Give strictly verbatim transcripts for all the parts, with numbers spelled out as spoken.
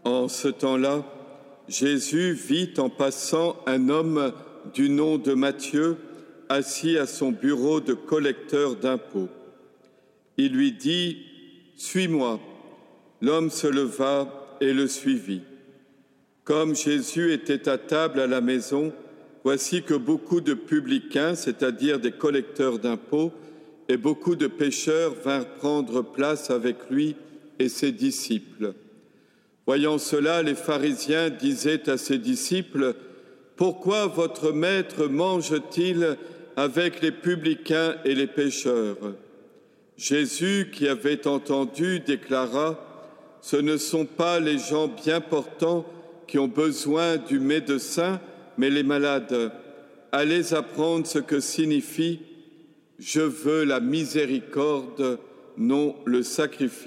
En ce temps-là, Jésus vit en passant un homme du nom de Matthieu assis à son bureau de collecteur d'impôts. Il lui dit « Suis-moi ». L'homme se leva et le suivit. Comme Jésus était à table à la maison, voici que beaucoup de publicains, c'est-à-dire des collecteurs d'impôts, et beaucoup de pécheurs vinrent prendre place avec lui et ses disciples. Voyant cela, les pharisiens disaient à ses disciples « Pourquoi votre maître mange-t-il avec les publicains et les pécheurs ?» Jésus, qui avait entendu, déclara « Ce ne sont pas les gens bien portants qui ont besoin du médecin, mais les malades. Allez apprendre ce que signifie « Je veux la miséricorde, non le sacrifice ».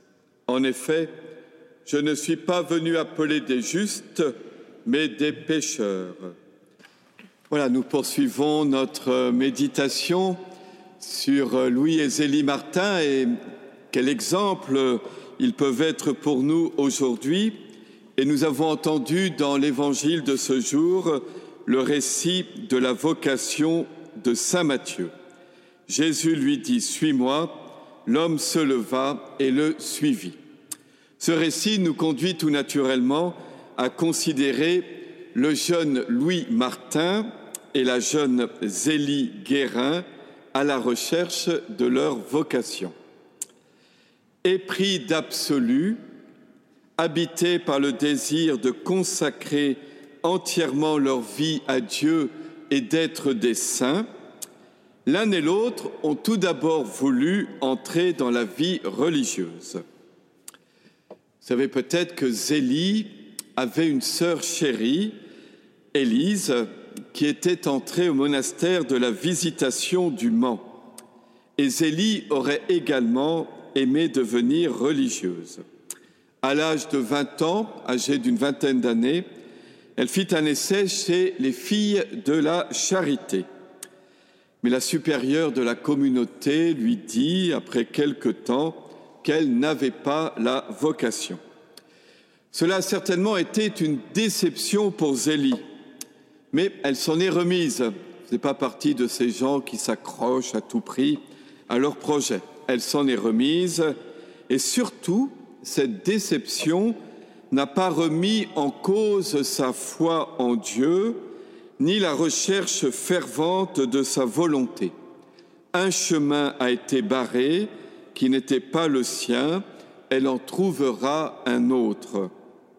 En effet, je ne suis pas venu appeler des justes, mais des pécheurs. Voilà, nous poursuivons notre méditation sur Louis et Zélie Martin et quel exemple ils peuvent être pour nous aujourd'hui. Et nous avons entendu dans l'évangile de ce jour le récit de la vocation de saint Matthieu. Jésus lui dit « Suis-moi ». L'homme se leva et le suivit. Ce récit nous conduit tout naturellement à considérer le jeune Louis Martin et la jeune Zélie Guérin à la recherche de leur vocation. Épris d'absolu, habités par le désir de consacrer entièrement leur vie à Dieu et d'être des saints, l'un et l'autre ont tout d'abord voulu entrer dans la vie religieuse. Vous savez peut-être que Zélie avait une sœur chérie, Élise, qui était entrée au monastère de la Visitation du Mans. Et Zélie aurait également aimé devenir religieuse. À l'âge de vingt ans, âgée d'une vingtaine d'années, elle fit un essai chez les filles de la Charité. Mais la supérieure de la communauté lui dit, après quelque temps, qu'elle n'avait pas la vocation. Cela a certainement été une déception pour Zélie, mais elle s'en est remise. Elle ne faisait pas partie de ces gens qui s'accrochent à tout prix à leur projet. Elle s'en est remise et surtout, cette déception n'a pas remis en cause sa foi en Dieu, ni la recherche fervente de sa volonté. Un chemin a été barré qui n'était pas le sien, elle en trouvera un autre.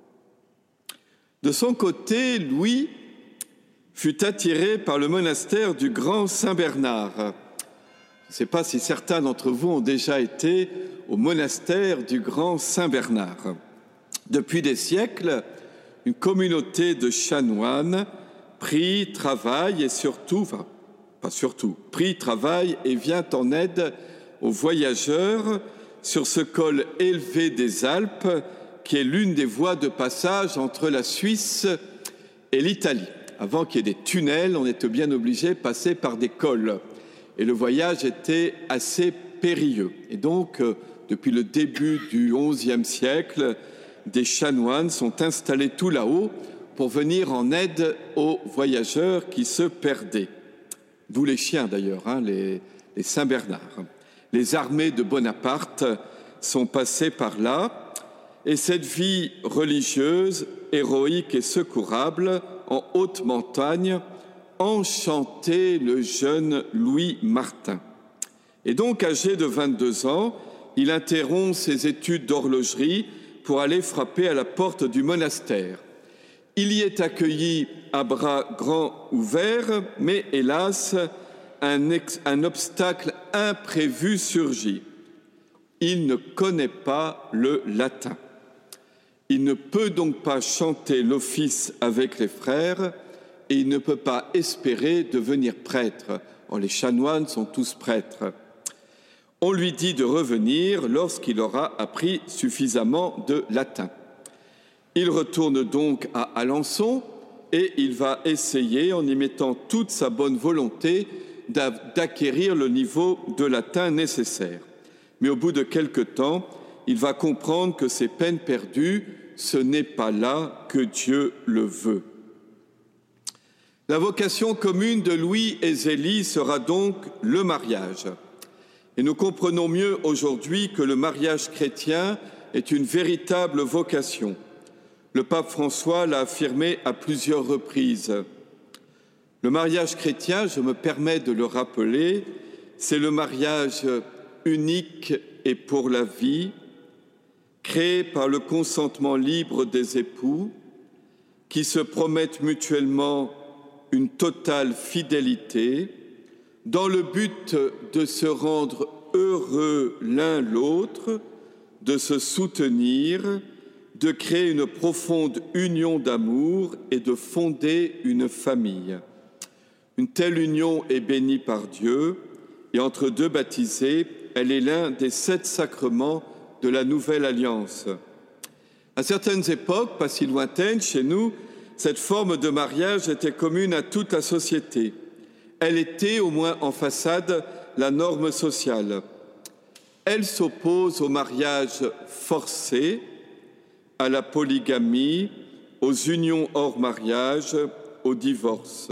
De son côté, Louis fut attiré par le monastère du Grand Saint-Bernard. Je ne sais pas si certains d'entre vous ont déjà été au monastère du Grand Saint-Bernard. Depuis des siècles, une communauté de chanoines prie, travaille et surtout, enfin, pas surtout, prie, travaille et vient en aide aux voyageurs sur ce col élevé des Alpes qui est l'une des voies de passage entre la Suisse et l'Italie. Avant qu'il y ait des tunnels, on était bien obligé de passer par des cols. Et le voyage était assez périlleux. Et donc, euh, depuis le début du onzième siècle, des chanoines sont installés tout là-haut pour venir en aide aux voyageurs qui se perdaient. D'où les chiens d'ailleurs, hein, les, les Saint-Bernard. Les armées de Bonaparte sont passées par là. Et cette vie religieuse, héroïque et secourable, en haute montagne, enchantait le jeune Louis Martin. Et donc, âgé de vingt-deux ans, il interrompt ses études d'horlogerie pour aller frapper à la porte du monastère. Il y est accueilli à bras grands ouverts, mais hélas, un, ex- un obstacle imprévu surgit. Il ne connaît pas le latin. Il ne peut donc pas chanter l'office avec les frères et il ne peut pas espérer devenir prêtre. Or, les chanoines sont tous prêtres. On lui dit de revenir lorsqu'il aura appris suffisamment de latin. Il retourne donc à Alençon et il va essayer, en y mettant toute sa bonne volonté, d'acquérir le niveau de latin nécessaire. Mais au bout de quelque temps, il va comprendre que ses peines perdues ce n'est pas là que Dieu le veut. La vocation commune de Louis et Zélie sera donc le mariage. Et nous comprenons mieux aujourd'hui que le mariage chrétien est une véritable vocation. Le pape François l'a affirmé à plusieurs reprises. Le mariage chrétien, je me permets de le rappeler, c'est le mariage unique et pour la vie, créé par le consentement libre des époux, qui se promettent mutuellement une totale fidélité, dans le but de se rendre heureux l'un l'autre, de se soutenir, de créer une profonde union d'amour et de fonder une famille. Une telle union est bénie par Dieu et entre deux baptisés, elle est l'un des sept sacrements de la Nouvelle Alliance. À certaines époques, pas si lointaines, chez nous, cette forme de mariage était commune à toute la société. Elle était, au moins en façade, la norme sociale. Elle s'oppose au mariage forcé, à la polygamie, aux unions hors mariage, au divorce.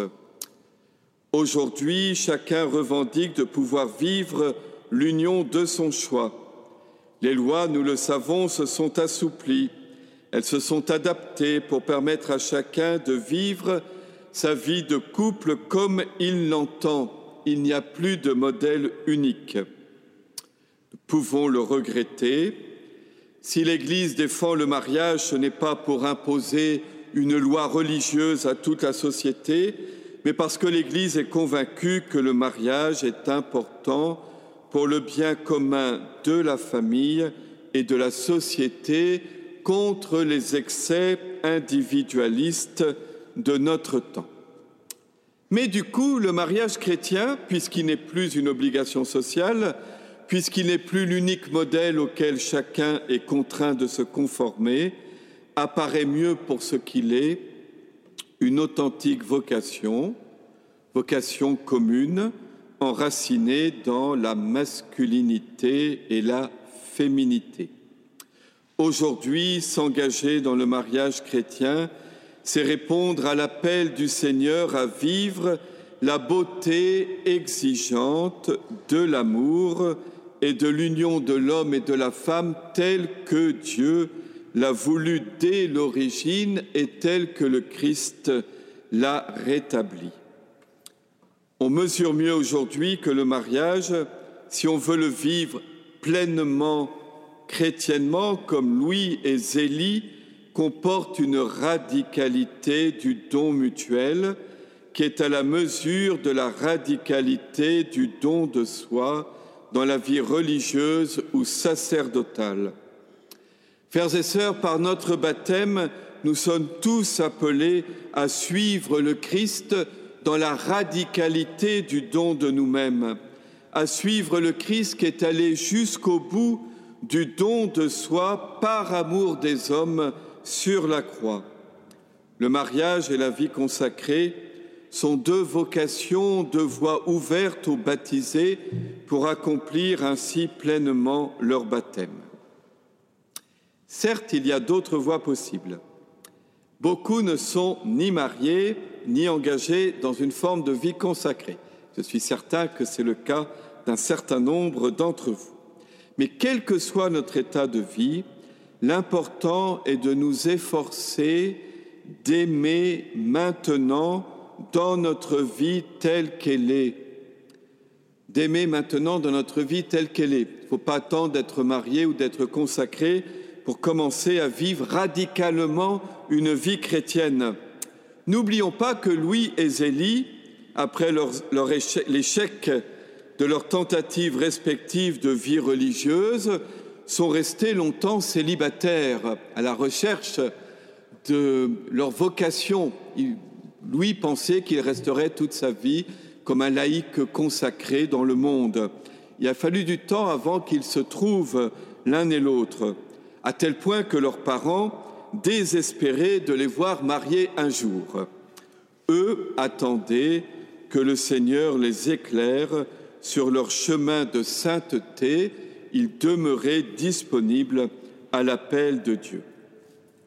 Aujourd'hui, chacun revendique de pouvoir vivre l'union de son choix. Les lois, nous le savons, se sont assouplies. Elles se sont adaptées pour permettre à chacun de vivre sa vie de couple comme il l'entend. Il n'y a plus de modèle unique. Nous pouvons le regretter. Si l'Église défend le mariage, ce n'est pas pour imposer une loi religieuse à toute la société, mais parce que l'Église est convaincue que le mariage est important pour le bien commun de la famille et de la société, contre les excès individualistes de notre temps. Mais du coup, le mariage chrétien, puisqu'il n'est plus une obligation sociale, puisqu'il n'est plus l'unique modèle auquel chacun est contraint de se conformer, apparaît mieux pour ce qu'il est, une authentique vocation, vocation commune, enracinée dans la masculinité et la féminité. Aujourd'hui, s'engager dans le mariage chrétien, c'est répondre à l'appel du Seigneur à vivre la beauté exigeante de l'amour et de l'union de l'homme et de la femme telle que Dieu l'a voulu dès l'origine et telle que le Christ l'a rétabli. On mesure mieux aujourd'hui que le mariage, si on veut le vivre pleinement chrétiennement, comme Louis et Zélie, comporte une radicalité du don mutuel qui est à la mesure de la radicalité du don de soi dans la vie religieuse ou sacerdotale. Frères et sœurs, par notre baptême, nous sommes tous appelés à suivre le Christ dans la radicalité du don de nous-mêmes, à suivre le Christ qui est allé jusqu'au bout du don de soi par amour des hommes sur la croix. Le mariage et la vie consacrée sont deux vocations, deux voies ouvertes aux baptisés pour accomplir ainsi pleinement leur baptême. Certes, il y a d'autres voies possibles. Beaucoup ne sont ni mariés, ni engagés dans une forme de vie consacrée. Je suis certain que c'est le cas d'un certain nombre d'entre vous. Mais quel que soit notre état de vie, l'important est de nous efforcer d'aimer maintenant dans notre vie telle qu'elle est. D'aimer maintenant dans notre vie telle qu'elle est. Il ne faut pas attendre d'être marié ou d'être consacré pour commencer à vivre radicalement une vie chrétienne. N'oublions pas que Louis et Zélie, après leur, leur échec, l'échec de leurs tentatives respectives de vie religieuse, sont restés longtemps célibataires, à la recherche de leur vocation. Louis pensait qu'il resterait toute sa vie comme un laïc consacré dans le monde. Il a fallu du temps avant qu'ils se trouvent l'un et l'autre, à tel point que leurs parents désespéraient de les voir mariés un jour. Eux attendaient que le Seigneur les éclaire sur leur chemin de sainteté. Ils demeuraient disponibles à l'appel de Dieu.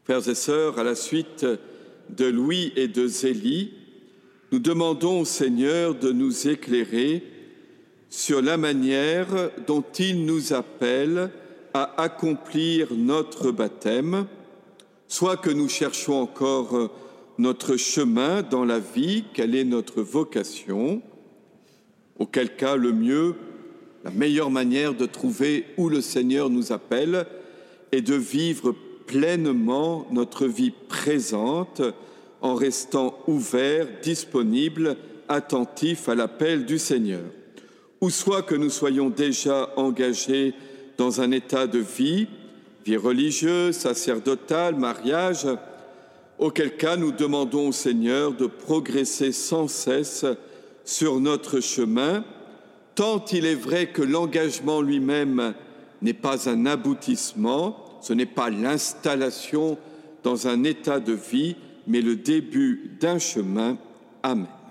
Frères et sœurs, à la suite de Louis et de Zélie, nous demandons au Seigneur de nous éclairer sur la manière dont il nous appelle à accomplir notre baptême, soit que nous cherchons encore notre chemin dans la vie, quelle est notre vocation, auquel cas le mieux, la meilleure manière de trouver où le Seigneur nous appelle est de vivre pleinement notre vie présente en restant ouvert, disponible, attentif à l'appel du Seigneur. Ou soit que nous soyons déjà engagés dans un état de vie, vie religieuse, sacerdotale, mariage, auquel cas nous demandons au Seigneur de progresser sans cesse sur notre chemin, tant il est vrai que l'engagement lui-même n'est pas un aboutissement, ce n'est pas l'installation dans un état de vie, mais le début d'un chemin. Amen.